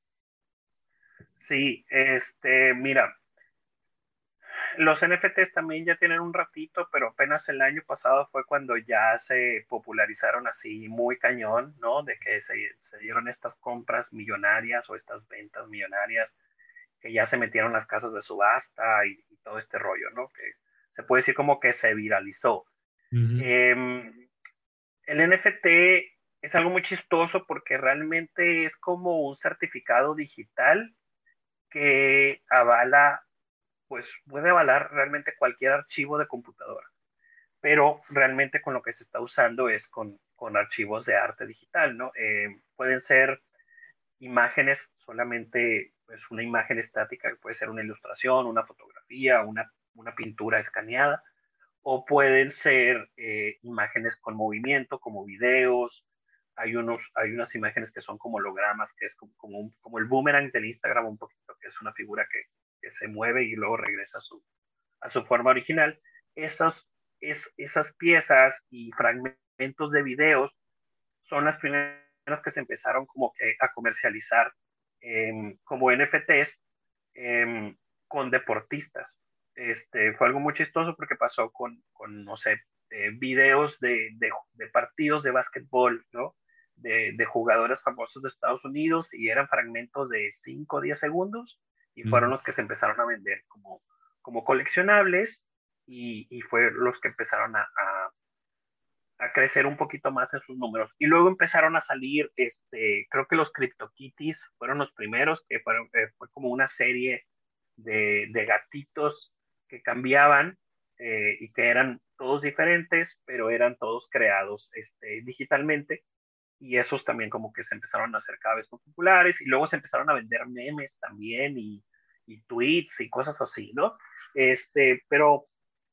Speaker 3: Sí, este, mira, los N F Ts también ya tienen un ratito, pero apenas el año pasado fue cuando ya se popularizaron así muy cañón, ¿no? De que se, se dieron estas compras millonarias o estas ventas millonarias, que ya se metieron las casas de subasta y, y todo este rollo, ¿no? Que se puede decir como que se viralizó.
Speaker 2: Uh -huh.
Speaker 3: Eh, el N F T es algo muy chistoso porque realmente es como un certificado digital que avala, pues puede avalar realmente cualquier archivo de computadora, pero realmente con lo que se está usando es con, con archivos de arte digital, ¿no? Eh, pueden ser imágenes, solamente pues una imagen estática, que puede ser una ilustración, una fotografía, una, una pintura escaneada, o pueden ser eh, imágenes con movimiento, como videos. Hay, unos, hay unas imágenes que son como hologramas, que es como, como, un, como el boomerang del Instagram un poquito, que es una figura que, que se mueve y luego regresa a su, a su forma original. Esas, es, esas piezas y fragmentos de videos son las primeras que se empezaron como que a comercializar eh, como N F Ts eh, con deportistas. Este, fue algo muy chistoso porque pasó con, con no sé, eh, videos de, de, de, partidos de básquetbol, ¿no? De, de, jugadores famosos de Estados Unidos y eran fragmentos de cinco o diez segundos y fueron los que se empezaron a vender como, como coleccionables y, y fue los que empezaron a, a, a crecer un poquito más en sus números. Y luego empezaron a salir, este, creo que los CryptoKitties fueron los primeros, que fueron, eh, fue como una serie de, de gatitos que cambiaban eh, y que eran todos diferentes, pero eran todos creados este, digitalmente. Y esos también como que se empezaron a hacer cada vez más populares y luego se empezaron a vender memes también y, y tweets y cosas así, ¿no? Este, pero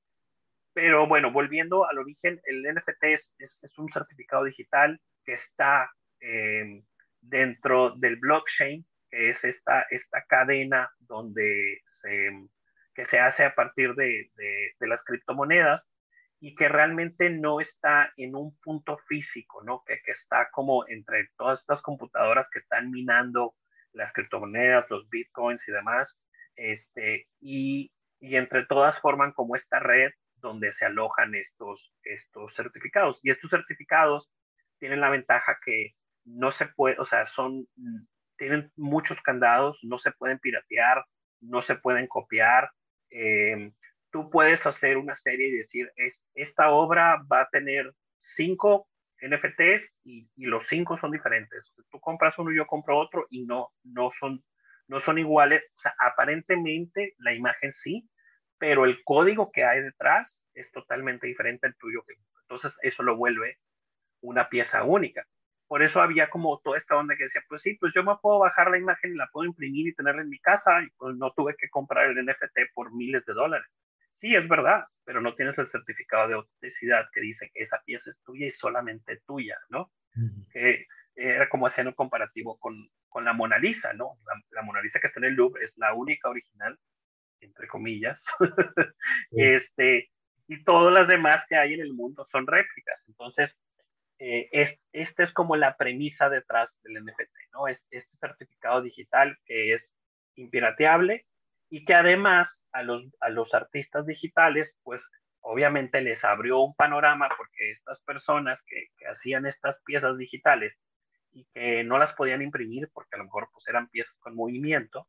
Speaker 3: pero bueno, volviendo al origen, el N F T es, es, es un certificado digital que está eh, dentro del blockchain, que es esta, esta cadena donde se, que se hace a partir de, de, de las criptomonedas y que realmente no está en un punto físico, ¿no? Que, que está como entre todas estas computadoras que están minando las criptomonedas, los bitcoins y demás, este, y, y entre todas forman como esta red donde se alojan estos, estos certificados. Y estos certificados tienen la ventaja que no se puede, o sea, son, tienen muchos candados, no se pueden piratear, no se pueden copiar. Eh, tú puedes hacer una serie y decir, es, esta obra va a tener cinco N F Ts y, y los cinco son diferentes. Tú compras uno y yo compro otro y no, no, son, no son iguales. O sea, aparentemente la imagen sí, pero el código que hay detrás es totalmente diferente al tuyo. Entonces eso lo vuelve una pieza única. Por eso había como toda esta onda que decía, pues sí, pues yo me puedo bajar la imagen y la puedo imprimir y tenerla en mi casa y pues no tuve que comprar el N F T por miles de dólares. Sí, es verdad, pero no tienes el certificado de autenticidad que dice que esa pieza es tuya y solamente tuya, ¿no? Uh-huh. Que era como hacer un comparativo con, con la Mona Lisa, ¿no? La, la Mona Lisa que está en el Louvre es la única original, entre comillas, sí. este, y todas las demás que hay en el mundo son réplicas. Entonces, eh, es, esta es como la premisa detrás del N F T, ¿no? Es, este certificado digital que es impirateable y que además a los, a los artistas digitales, pues obviamente les abrió un panorama porque estas personas que, que hacían estas piezas digitales y que no las podían imprimir porque a lo mejor pues eran piezas con movimiento,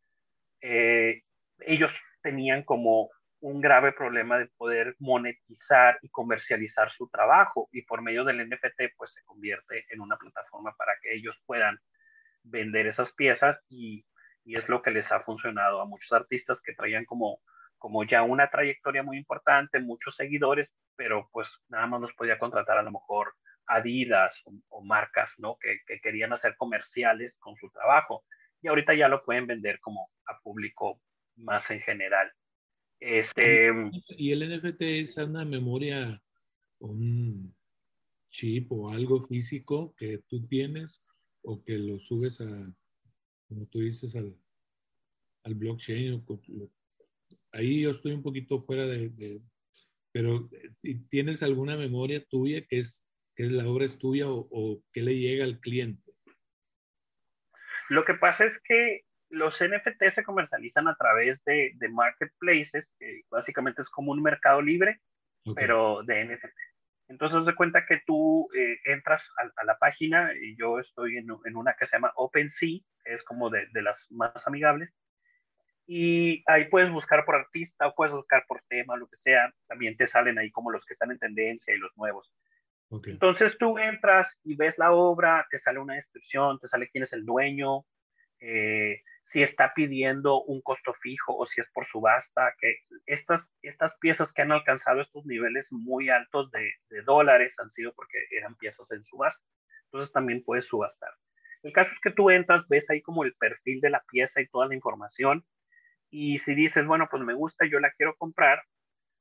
Speaker 3: eh, ellos tenían como un grave problema de poder monetizar y comercializar su trabajo y por medio del N F T pues se convierte en una plataforma para que ellos puedan vender esas piezas y, y es lo que les ha funcionado a muchos artistas que traían como, como ya una trayectoria muy importante, muchos seguidores, pero pues nada más los podía contratar a lo mejor Adidas o, o marcas, ¿no? Que, que querían hacer comerciales con su trabajo y ahorita ya lo pueden vender como a público más en general. Este,
Speaker 2: ¿Y el N F T es una memoria, un chip o algo físico que tú tienes o que lo subes a, como tú dices, al, al blockchain? O, ahí yo estoy un poquito fuera de, de pero ¿tienes alguna memoria tuya que es, que es la obra es tuya o, o que le llega al cliente?
Speaker 3: Lo que pasa es que los N F T se comercializan a través de, de marketplaces, que básicamente es como un mercado libre, okay, pero de N F T. Entonces, haz de cuenta que tú eh, entras a, a la página, y yo estoy en, en una que se llama OpenSea, que es como de, de las más amigables, y ahí puedes buscar por artista, o puedes buscar por tema, lo que sea. También te salen ahí como los que están en tendencia y los nuevos. Okay. Entonces tú entras y ves la obra, te sale una descripción, te sale quién es el dueño, eh, si está pidiendo un costo fijo o si es por subasta, que estas, estas piezas que han alcanzado estos niveles muy altos de, de dólares han sido porque eran piezas en subasta. Entonces también puedes subastar. El caso es que tú entras, ves ahí como el perfil de la pieza y toda la información, y si dices, bueno, pues me gusta, yo la quiero comprar,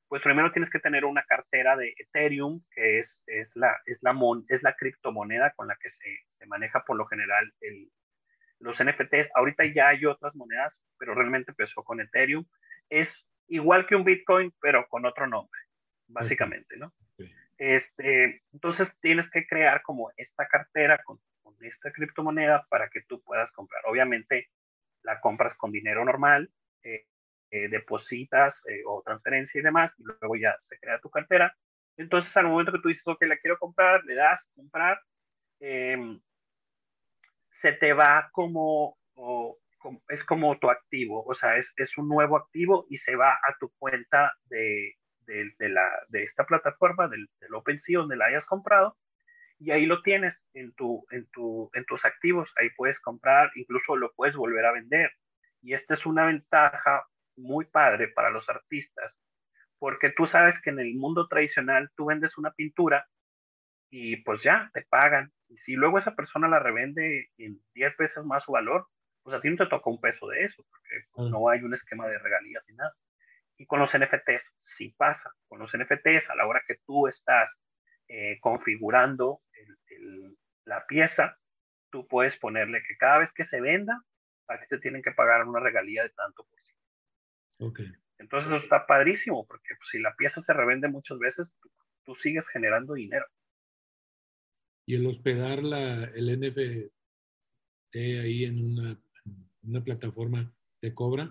Speaker 3: pues primero tienes que tener una cartera de Ethereum, que es, es, la, es, la, mon, es la criptomoneda con la que se, se maneja por lo general el, los N F Ts. Ahorita ya hay otras monedas, pero realmente empezó con Ethereum. Es igual que un Bitcoin, pero con otro nombre, básicamente, ¿no?
Speaker 2: Okay.
Speaker 3: Este, entonces tienes que crear como esta cartera con, con esta criptomoneda para que tú puedas comprar. Obviamente la compras con dinero normal, eh, eh, depositas eh, o transferencia y demás, y luego ya se crea tu cartera. Entonces al momento que tú dices, ok, la quiero comprar, le das comprar, eh, se te va como, o, como, es como tu activo, o sea, es, es un nuevo activo y se va a tu cuenta de, de, de, la, de esta plataforma, del, del OpenSea, donde la hayas comprado, y ahí lo tienes en, tu, en, tu, en tus activos, ahí puedes comprar, incluso lo puedes volver a vender. Y esta es una ventaja muy padre para los artistas, porque tú sabes que en el mundo tradicional tú vendes una pintura y pues ya, te pagan. Y si luego esa persona la revende en diez veces más su valor, pues a ti no te toca un peso de eso, porque pues,
Speaker 2: Ah.
Speaker 3: no hay un esquema de regalías ni nada. Y con los N F Ts sí pasa. Con los N F Ts, a la hora que tú estás eh, configurando el, el, la pieza, tú puedes ponerle que cada vez que se venda, a ti te tienen que pagar una regalía de tanto por ciento.
Speaker 2: Okay.
Speaker 3: Entonces eso está padrísimo, porque pues, si la pieza se revende muchas veces, tú, tú sigues generando dinero.
Speaker 2: Y el hospedar la, el N F T ahí en una, en una plataforma, ¿te cobra?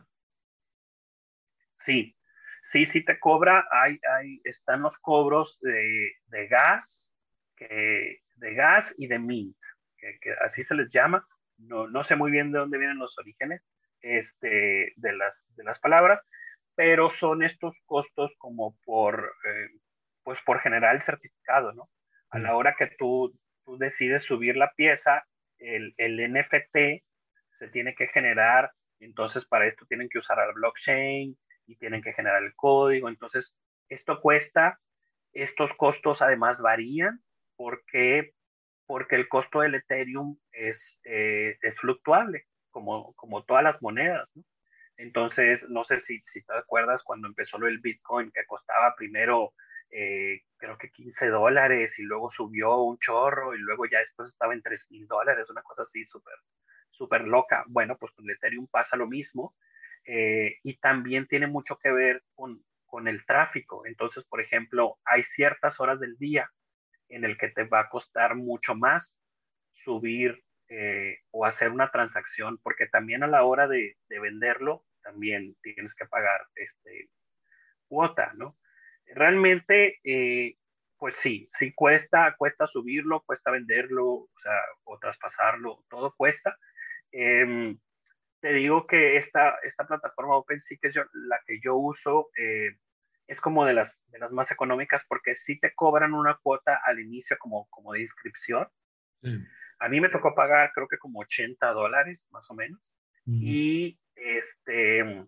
Speaker 3: Sí, sí, sí te cobra. Hay, hay, están los cobros de, de gas, que, de gas y de mint, que, que así se les llama. No, no sé muy bien de dónde vienen los orígenes este, de, las, de las palabras, pero son estos costos como por, eh, pues por generar el certificado, ¿no? A
Speaker 2: Sí.
Speaker 3: la hora que tú, tú decides subir la pieza, el, el N F T se tiene que generar, entonces para esto tienen que usar el blockchain y tienen que generar el código, entonces esto cuesta, estos costos además varían porque, porque el costo del Ethereum es, eh, es fluctuable, como, como todas las monedas, ¿no? Entonces, no sé si, si te acuerdas cuando empezó lo del Bitcoin, que costaba primero, eh, creo que quince dólares y luego subió un chorro y luego ya después estaba en tres mil dólares, una cosa así súper, súper loca. Bueno, pues con el Ethereum pasa lo mismo eh, y también tiene mucho que ver con, con el tráfico. Entonces, por ejemplo, hay ciertas horas del día en el que te va a costar mucho más subir eh, o hacer una transacción, porque también a la hora de, de venderlo, también tienes que pagar este, cuota, ¿no? Realmente, eh, pues sí, sí cuesta, cuesta subirlo, cuesta venderlo, o sea, o traspasarlo, todo cuesta. Eh, te digo que esta, esta plataforma OpenSea, que es yo, la que yo uso, eh, es como de las, de las más económicas porque sí te cobran una cuota al inicio como, como de inscripción.
Speaker 2: Sí.
Speaker 3: A mí me tocó pagar creo que como ochenta dólares más o menos.
Speaker 2: Mm.
Speaker 3: Y, este,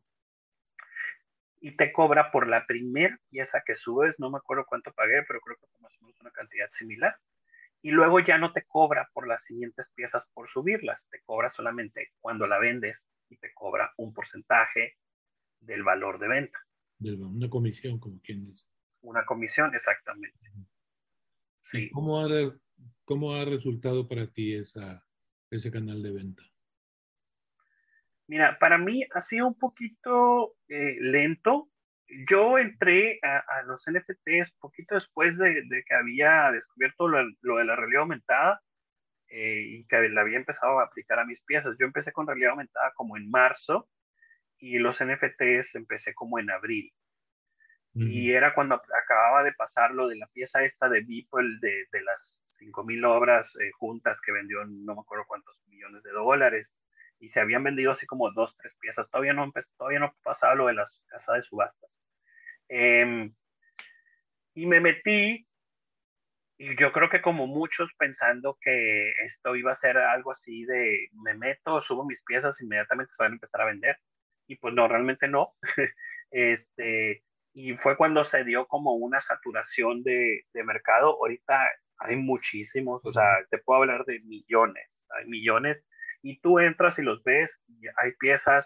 Speaker 3: y te cobra por la primera pieza que subes, no me acuerdo cuánto pagué, pero creo que fue más o menos una cantidad similar. Y luego ya no te cobra por las siguientes piezas por subirlas, te cobra solamente cuando la vendes y te cobra un porcentaje del valor de venta.
Speaker 2: De una comisión, como quien dice.
Speaker 3: Una comisión, exactamente.
Speaker 2: ¿Y
Speaker 3: Sí.
Speaker 2: cómo ha, re- cómo ha resultado para ti esa, ese canal de venta?
Speaker 3: Mira, para mí ha sido un poquito eh, lento. Yo entré a, a los N F Ts poquito después de, de que había descubierto lo, lo de la realidad aumentada eh, y que la había empezado a aplicar a mis piezas. Yo empecé con realidad aumentada como en marzo y los N F Ts empecé como en abril.
Speaker 2: Ujú.
Speaker 3: Y era cuando acababa de pasar lo de la pieza esta de Beeple de, de las cinco mil obras eh, juntas que vendió en no me acuerdo cuántos millones de dólares y se habían vendido así como dos, tres piezas. Todavía no, todavía no pasaba lo de las casas de subastas. Eh, y me metí y yo creo que como muchos pensando que esto iba a ser algo así de me meto, subo mis piezas, inmediatamente se van a empezar a vender. Y pues no, realmente no. este, y fue cuando se dio como una saturación de, de mercado. Ahorita hay muchísimos, o sea, te puedo hablar de millones, hay millones. Y tú entras y los ves, y hay piezas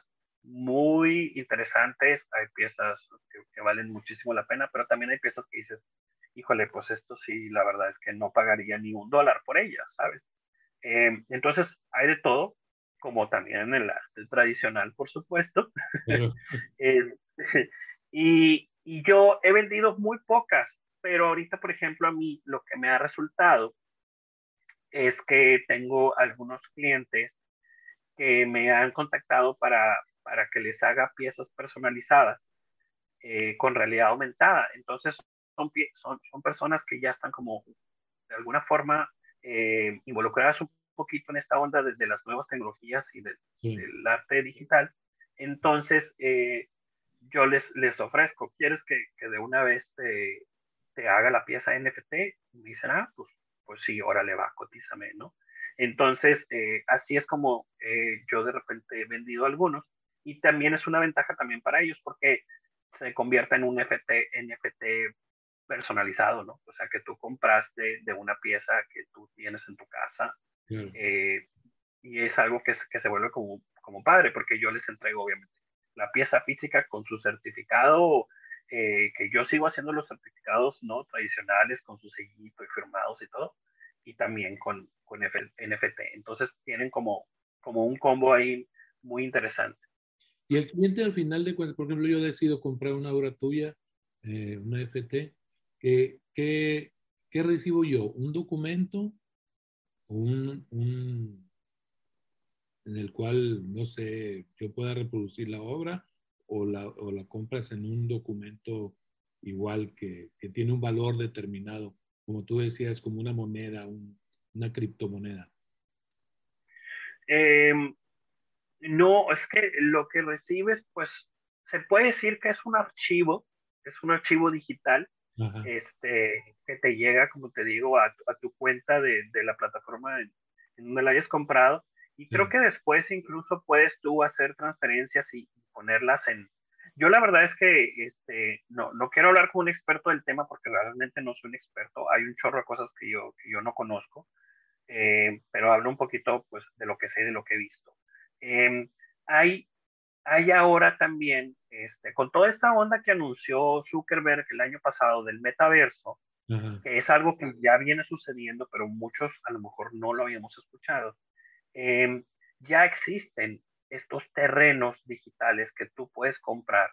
Speaker 3: muy interesantes, hay piezas que, que valen muchísimo la pena, pero también hay piezas que dices, híjole, pues esto sí, la verdad es que no pagaría ni un dólar por ellas, ¿sabes? Eh, entonces, hay de todo, como también en el arte tradicional, por supuesto.
Speaker 2: Pero,
Speaker 3: Eh, y, y yo he vendido muy pocas, pero ahorita, por ejemplo, a mí lo que me ha resultado es que tengo algunos clientes que me han contactado para, para que les haga piezas personalizadas eh, con realidad aumentada. Entonces, son, son, son personas que ya están como de alguna forma eh, involucradas un poquito en esta onda de, de las nuevas tecnologías y de,
Speaker 2: sí.
Speaker 3: del arte digital. Entonces, eh, yo les, les ofrezco, ¿quieres que, que de una vez te, te haga la pieza N F T? Y me dicen, ah, pues, pues sí, órale va, cotízame, ¿no? Entonces, eh, así es como eh, yo de repente he vendido algunos y también es una ventaja también para ellos porque se convierte en un N F T, N F T personalizado, ¿no? O sea, que tú compraste de una pieza que tú tienes en tu casa
Speaker 2: Claro.
Speaker 3: eh, y es algo que, que se vuelve como, como padre porque yo les entrego obviamente la pieza física con su certificado, eh, que yo sigo haciendo los certificados no tradicionales con su sellito y firmados y todo, y también con, con N F T. Entonces tienen como, como un combo ahí muy interesante.
Speaker 2: Y el cliente al final de cuentas, por ejemplo, yo decido comprar una obra tuya, eh, una F T, ¿qué, qué, qué recibo yo? ¿Un documento o un, un, en el cual, no sé, yo pueda reproducir la obra o la, o la compras en un documento igual que, que tiene un valor determinado, como tú decías, como una moneda, un, una criptomoneda?
Speaker 3: Eh, no, es que lo que recibes, pues se puede decir que es un archivo, es un archivo digital,
Speaker 2: Ajá,
Speaker 3: este, que te llega, como te digo, a, tu- a tu cuenta de, de la plataforma en, en donde la hayas comprado. Y creo
Speaker 2: sí,
Speaker 3: que después incluso puedes tú hacer transferencias y ponerlas en... Yo la verdad es que este, no, no quiero hablar con un experto del tema porque realmente no soy un experto. Hay un chorro de cosas que yo, que yo no conozco, eh, pero hablo un poquito pues, de lo que sé y de lo que he visto. Eh, hay hay ahora también, este, con toda esta onda que anunció Zuckerberg el año pasado del metaverso,
Speaker 2: ajá,
Speaker 3: que es algo que ya viene sucediendo, pero muchos a lo mejor no lo habíamos escuchado, eh, ya existen estos terrenos digitales que tú puedes comprar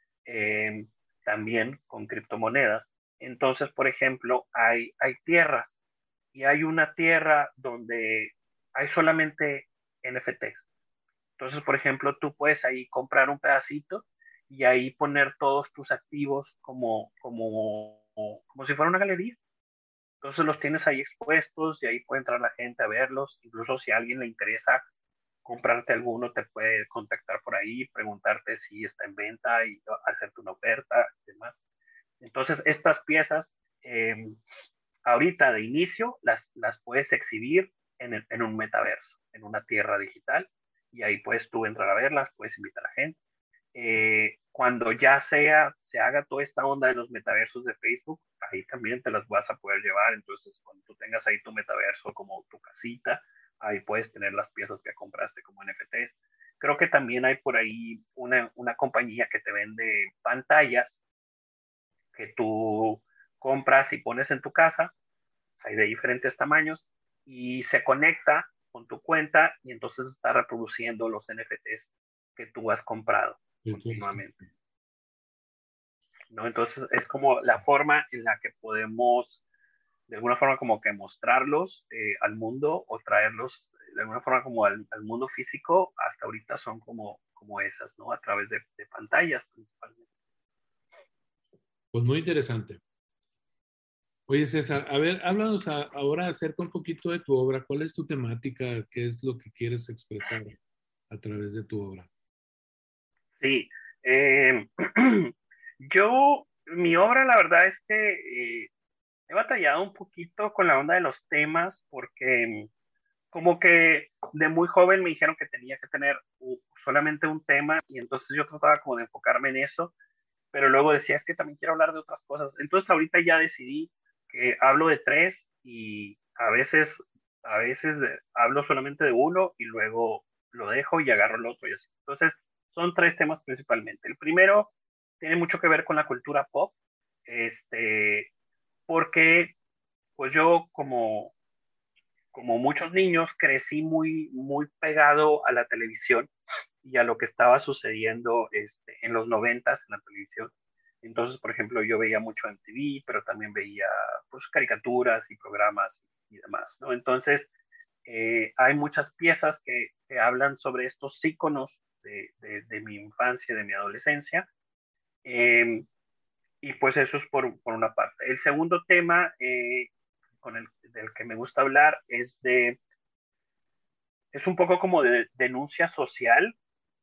Speaker 3: eh, también con criptomonedas. Entonces, por ejemplo, hay, hay tierras y hay una tierra donde hay solamente N F Ts. Entonces, por ejemplo, tú puedes ahí comprar un pedacito y ahí poner todos tus activos como, como, como si fuera una galería. Entonces los tienes ahí expuestos y ahí puede entrar la gente a verlos. Incluso si a alguien le interesa comprarte alguno, te puede contactar por ahí, preguntarte si está en venta y hacerte una oferta y demás. Entonces, estas piezas, eh, ahorita de inicio, las, las puedes exhibir en, el, en un metaverso, en una tierra digital, y ahí puedes tú entrar a verlas, puedes invitar a gente. Eh, cuando ya sea, se haga toda esta onda de los metaversos de Facebook, ahí también te las vas a poder llevar. Entonces, cuando tú tengas ahí tu metaverso como tu casita, ahí puedes tener las piezas que compraste como N F Ts. Creo que también hay por ahí una, una compañía que te vende pantallas que tú compras y pones en tu casa, hay de diferentes tamaños, y se conecta con tu cuenta y entonces está reproduciendo los N F Ts que tú has comprado
Speaker 2: entonces,
Speaker 3: continuamente, ¿no? Entonces es como la forma en la que podemos, de alguna forma, como que mostrarlos eh, al mundo o traerlos de alguna forma como al, al, mundo físico, hasta ahorita son como, como esas, ¿no? A través de, de pantallas principalmente.
Speaker 2: pues muy interesante. Oye, César, a ver, háblanos a- ahora acerca un poquito de tu obra. ¿Cuál es tu temática? ¿Qué es lo que quieres expresar a través de tu obra?
Speaker 3: Sí, eh, yo, mi obra, la verdad es que eh, he batallado un poquito con la onda de los temas porque como que de muy joven me dijeron que tenía que tener u- solamente un tema y entonces yo trataba como de enfocarme en eso, pero luego decía, es que también quiero hablar de otras cosas. Entonces ahorita ya decidí que hablo de tres y a veces, a veces de- hablo solamente de uno y luego lo dejo y agarro el otro y así. Entonces son tres temas principalmente. El primero tiene mucho que ver con la cultura pop, este, porque pues yo como, como muchos niños crecí muy, muy pegado a la televisión y a lo que estaba sucediendo este, en los noventas en la televisión. Entonces, por ejemplo, yo veía mucho en T V, pero también veía pues, caricaturas y programas y demás, ¿no? Entonces, eh, hay muchas piezas que, que, hablan sobre estos íconos de, de, de mi infancia, de mi adolescencia. Eh, y pues eso es por, por una parte. El segundo tema eh, con el del que me gusta hablar es de, es un poco como de denuncia social.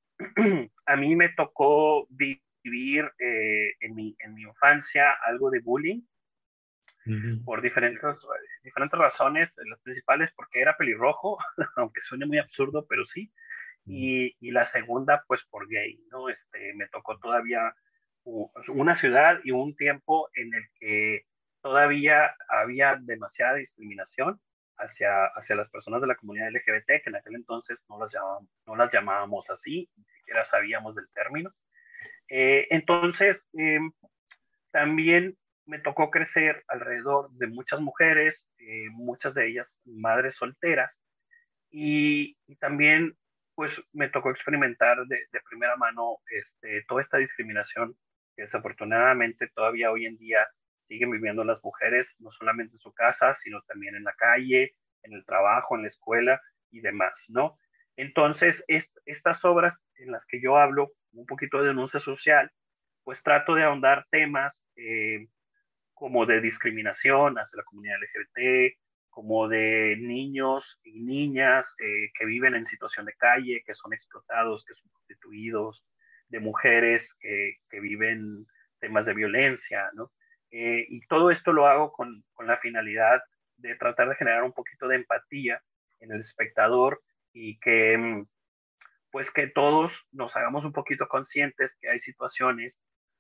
Speaker 3: A mí me tocó vivir eh, en, mi, en mi infancia algo de bullying uh-huh. por diferentes, diferentes razones, las principales porque era pelirrojo, aunque suene muy absurdo, pero sí, uh-huh. y, y la segunda pues por gay, ¿no? Este, me tocó todavía una ciudad y un tiempo en el que todavía había demasiada discriminación hacia, hacia las personas de la comunidad L G B T, que en aquel entonces no las llamábamos, no las llamábamos así, ni siquiera sabíamos del término. Eh, entonces, eh, también me tocó crecer alrededor de muchas mujeres, eh, muchas de ellas madres solteras, y, y también pues me tocó experimentar de, de primera mano este, toda esta discriminación que desafortunadamente todavía hoy en día siguen viviendo las mujeres, no solamente en su casa, sino también en la calle, en el trabajo, en la escuela y demás, ¿no? Entonces, est estas obras en las que yo hablo, un poquito de denuncia social, pues trato de ahondar temas eh, como de discriminación hacia la comunidad L G B T, como de niños y niñas eh, que viven en situación de calle, que son explotados, que son prostituidos, de mujeres que, que viven temas de violencia, ¿no? Eh, y todo esto lo hago con, con la finalidad de tratar de generar un poquito de empatía en el espectador y que, pues, que todos nos hagamos un poquito conscientes que hay situaciones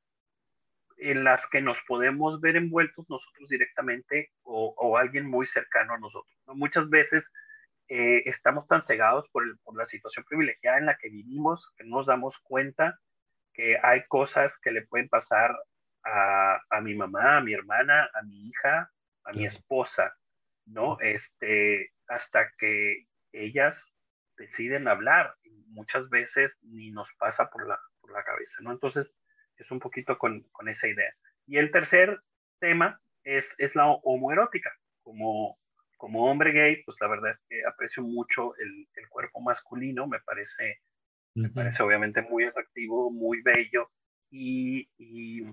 Speaker 3: en las que nos podemos ver envueltos nosotros directamente o, o alguien muy cercano a nosotros, ¿no? Muchas veces eh, estamos tan cegados por, el, por la situación privilegiada en la que vivimos que no nos damos cuenta que hay cosas que le pueden pasar a, a mi mamá, a mi hermana, a mi hija, a mi esposa, ¿no? Este, hasta que ellas deciden hablar. Y muchas veces ni nos pasa por la, por la cabeza, ¿no? Entonces, es un poquito con, con esa idea. Y el tercer tema es, es la homoerótica. Como, como hombre gay, pues la verdad es que aprecio mucho el, el cuerpo masculino, me parece, uh-huh. me parece obviamente muy atractivo, muy bello, y, y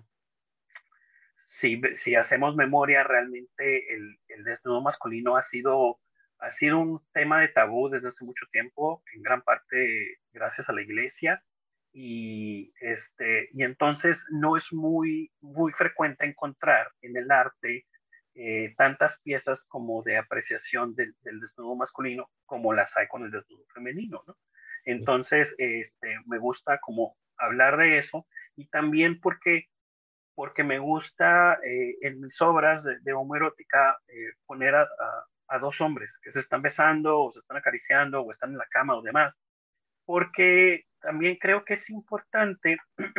Speaker 3: si, si hacemos memoria, realmente el, el desnudo masculino ha sido, ha sido un tema de tabú desde hace mucho tiempo, en gran parte gracias a la iglesia. Y, este, y entonces no es muy, muy frecuente encontrar en el arte eh, tantas piezas como de apreciación del, del desnudo masculino como las hay con el desnudo femenino, ¿no? Entonces, este, me gusta como hablar de eso y también porque, porque me gusta eh, en mis obras de, de homoerótica eh, poner a, a, a dos hombres que se están besando o se están acariciando o están en la cama o demás, porque también creo que es importante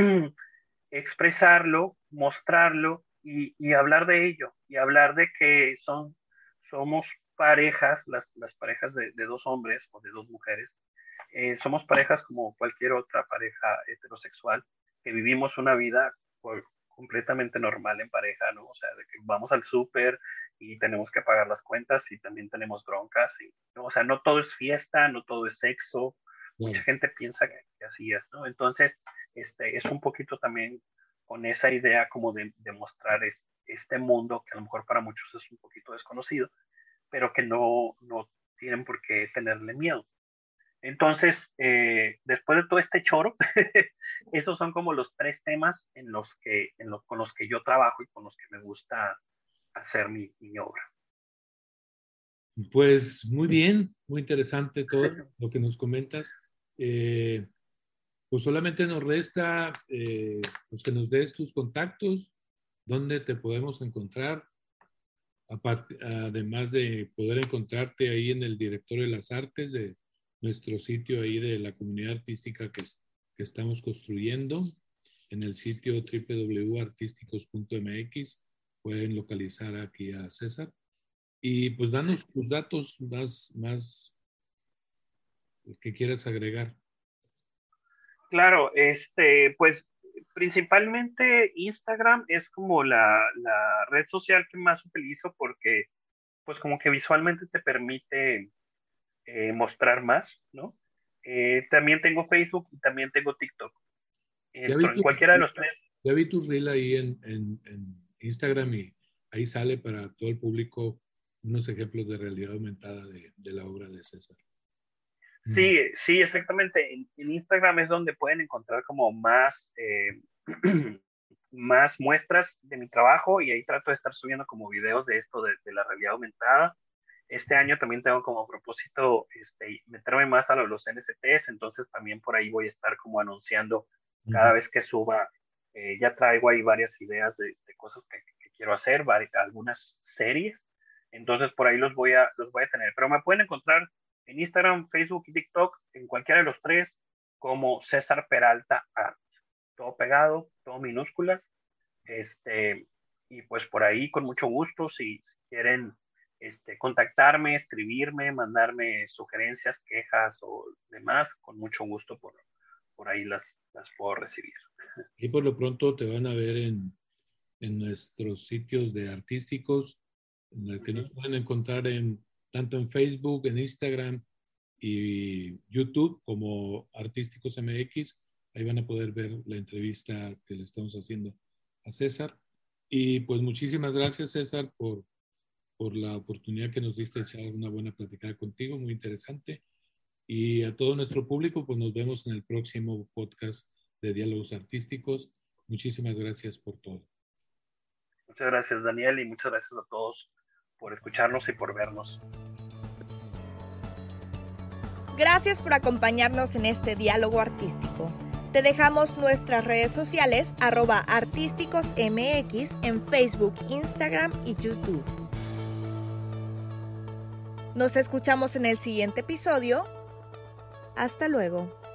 Speaker 3: expresarlo, mostrarlo y, y, hablar de ello, y hablar de que son, somos parejas, las, las parejas de, de dos hombres o de dos mujeres, eh, somos parejas como cualquier otra pareja heterosexual, que vivimos una vida por, completamente normal en pareja, ¿no? O sea, de que vamos al súper y tenemos que pagar las cuentas y también tenemos broncas, y, ¿no? O sea, no todo es fiesta, no todo es sexo. Mucha gente piensa que, que así es, ¿no? Entonces, este, es un poquito también con esa idea como de, de mostrar es, este mundo que a lo mejor para muchos es un poquito desconocido, pero que no, no tienen por qué tenerle miedo. Entonces, eh, después de todo este choro, esos son como los tres temas en los que, en lo, con los que yo trabajo y con los que me gusta hacer mi, mi obra.
Speaker 2: Pues muy bien, muy interesante todo lo que nos comentas. Eh, pues solamente nos resta eh, pues que nos des tus contactos, dónde te podemos encontrar, aparte, además de poder encontrarte ahí en el Directorio de las Artes de nuestro sitio ahí de la comunidad artística que, que estamos construyendo. En el sitio doble u doble u doble u punto artísticos punto m x pueden localizar aquí a César. Y pues danos tus datos más, más que quieras agregar.
Speaker 3: Claro, este, pues principalmente Instagram es como la, la red social que más utilizo porque pues como que visualmente te permite eh, mostrar más, ¿no? Eh, también tengo Facebook y también tengo TikTok.
Speaker 2: Ya vi
Speaker 3: En
Speaker 2: tu,
Speaker 3: cualquiera de los tres.
Speaker 2: Ya vi tu reel ahí en, en, en Instagram y ahí sale para todo el público unos ejemplos de realidad aumentada de, de la obra de César.
Speaker 3: Sí, sí, exactamente. En, en Instagram es donde pueden encontrar como más, eh, más muestras de mi trabajo y ahí trato de estar subiendo como videos de esto de, de la realidad aumentada. Este año también tengo como propósito este, meterme más a los N F Ts, entonces también por ahí voy a estar como anunciando cada vez que suba. Eh, ya traigo ahí varias ideas de, de cosas que, que quiero hacer, varias, algunas series, entonces por ahí los voy, a, los voy a tener. Pero me pueden encontrar en Instagram, Facebook y TikTok, en cualquiera de los tres, como César Peralta Art. Todo pegado, todo minúsculas. Este, y pues por ahí con mucho gusto, si, si quieren este, contactarme, escribirme, mandarme sugerencias, quejas o demás, con mucho gusto por, por ahí las, las puedo recibir.
Speaker 2: Y por lo pronto te van a ver en, en nuestros sitios de artísticos, en el que uh-huh. nos pueden encontrar en, tanto en Facebook, en Instagram y YouTube como Artísticos M X. Ahí van a poder ver la entrevista que le estamos haciendo a César. Y pues muchísimas gracias, César, por, por la oportunidad que nos diste de echar una buena platicada contigo, muy interesante. Y a todo nuestro público, pues nos vemos en el próximo podcast de Diálogos Artísticos. Muchísimas gracias por todo.
Speaker 3: Muchas gracias, Daniel, y muchas gracias a todos por escucharnos y por vernos.
Speaker 1: Gracias por acompañarnos en este diálogo artístico. Te dejamos nuestras redes sociales, arroba artísticos M X, en Facebook, Instagram y YouTube. Nos escuchamos en el siguiente episodio. Hasta luego.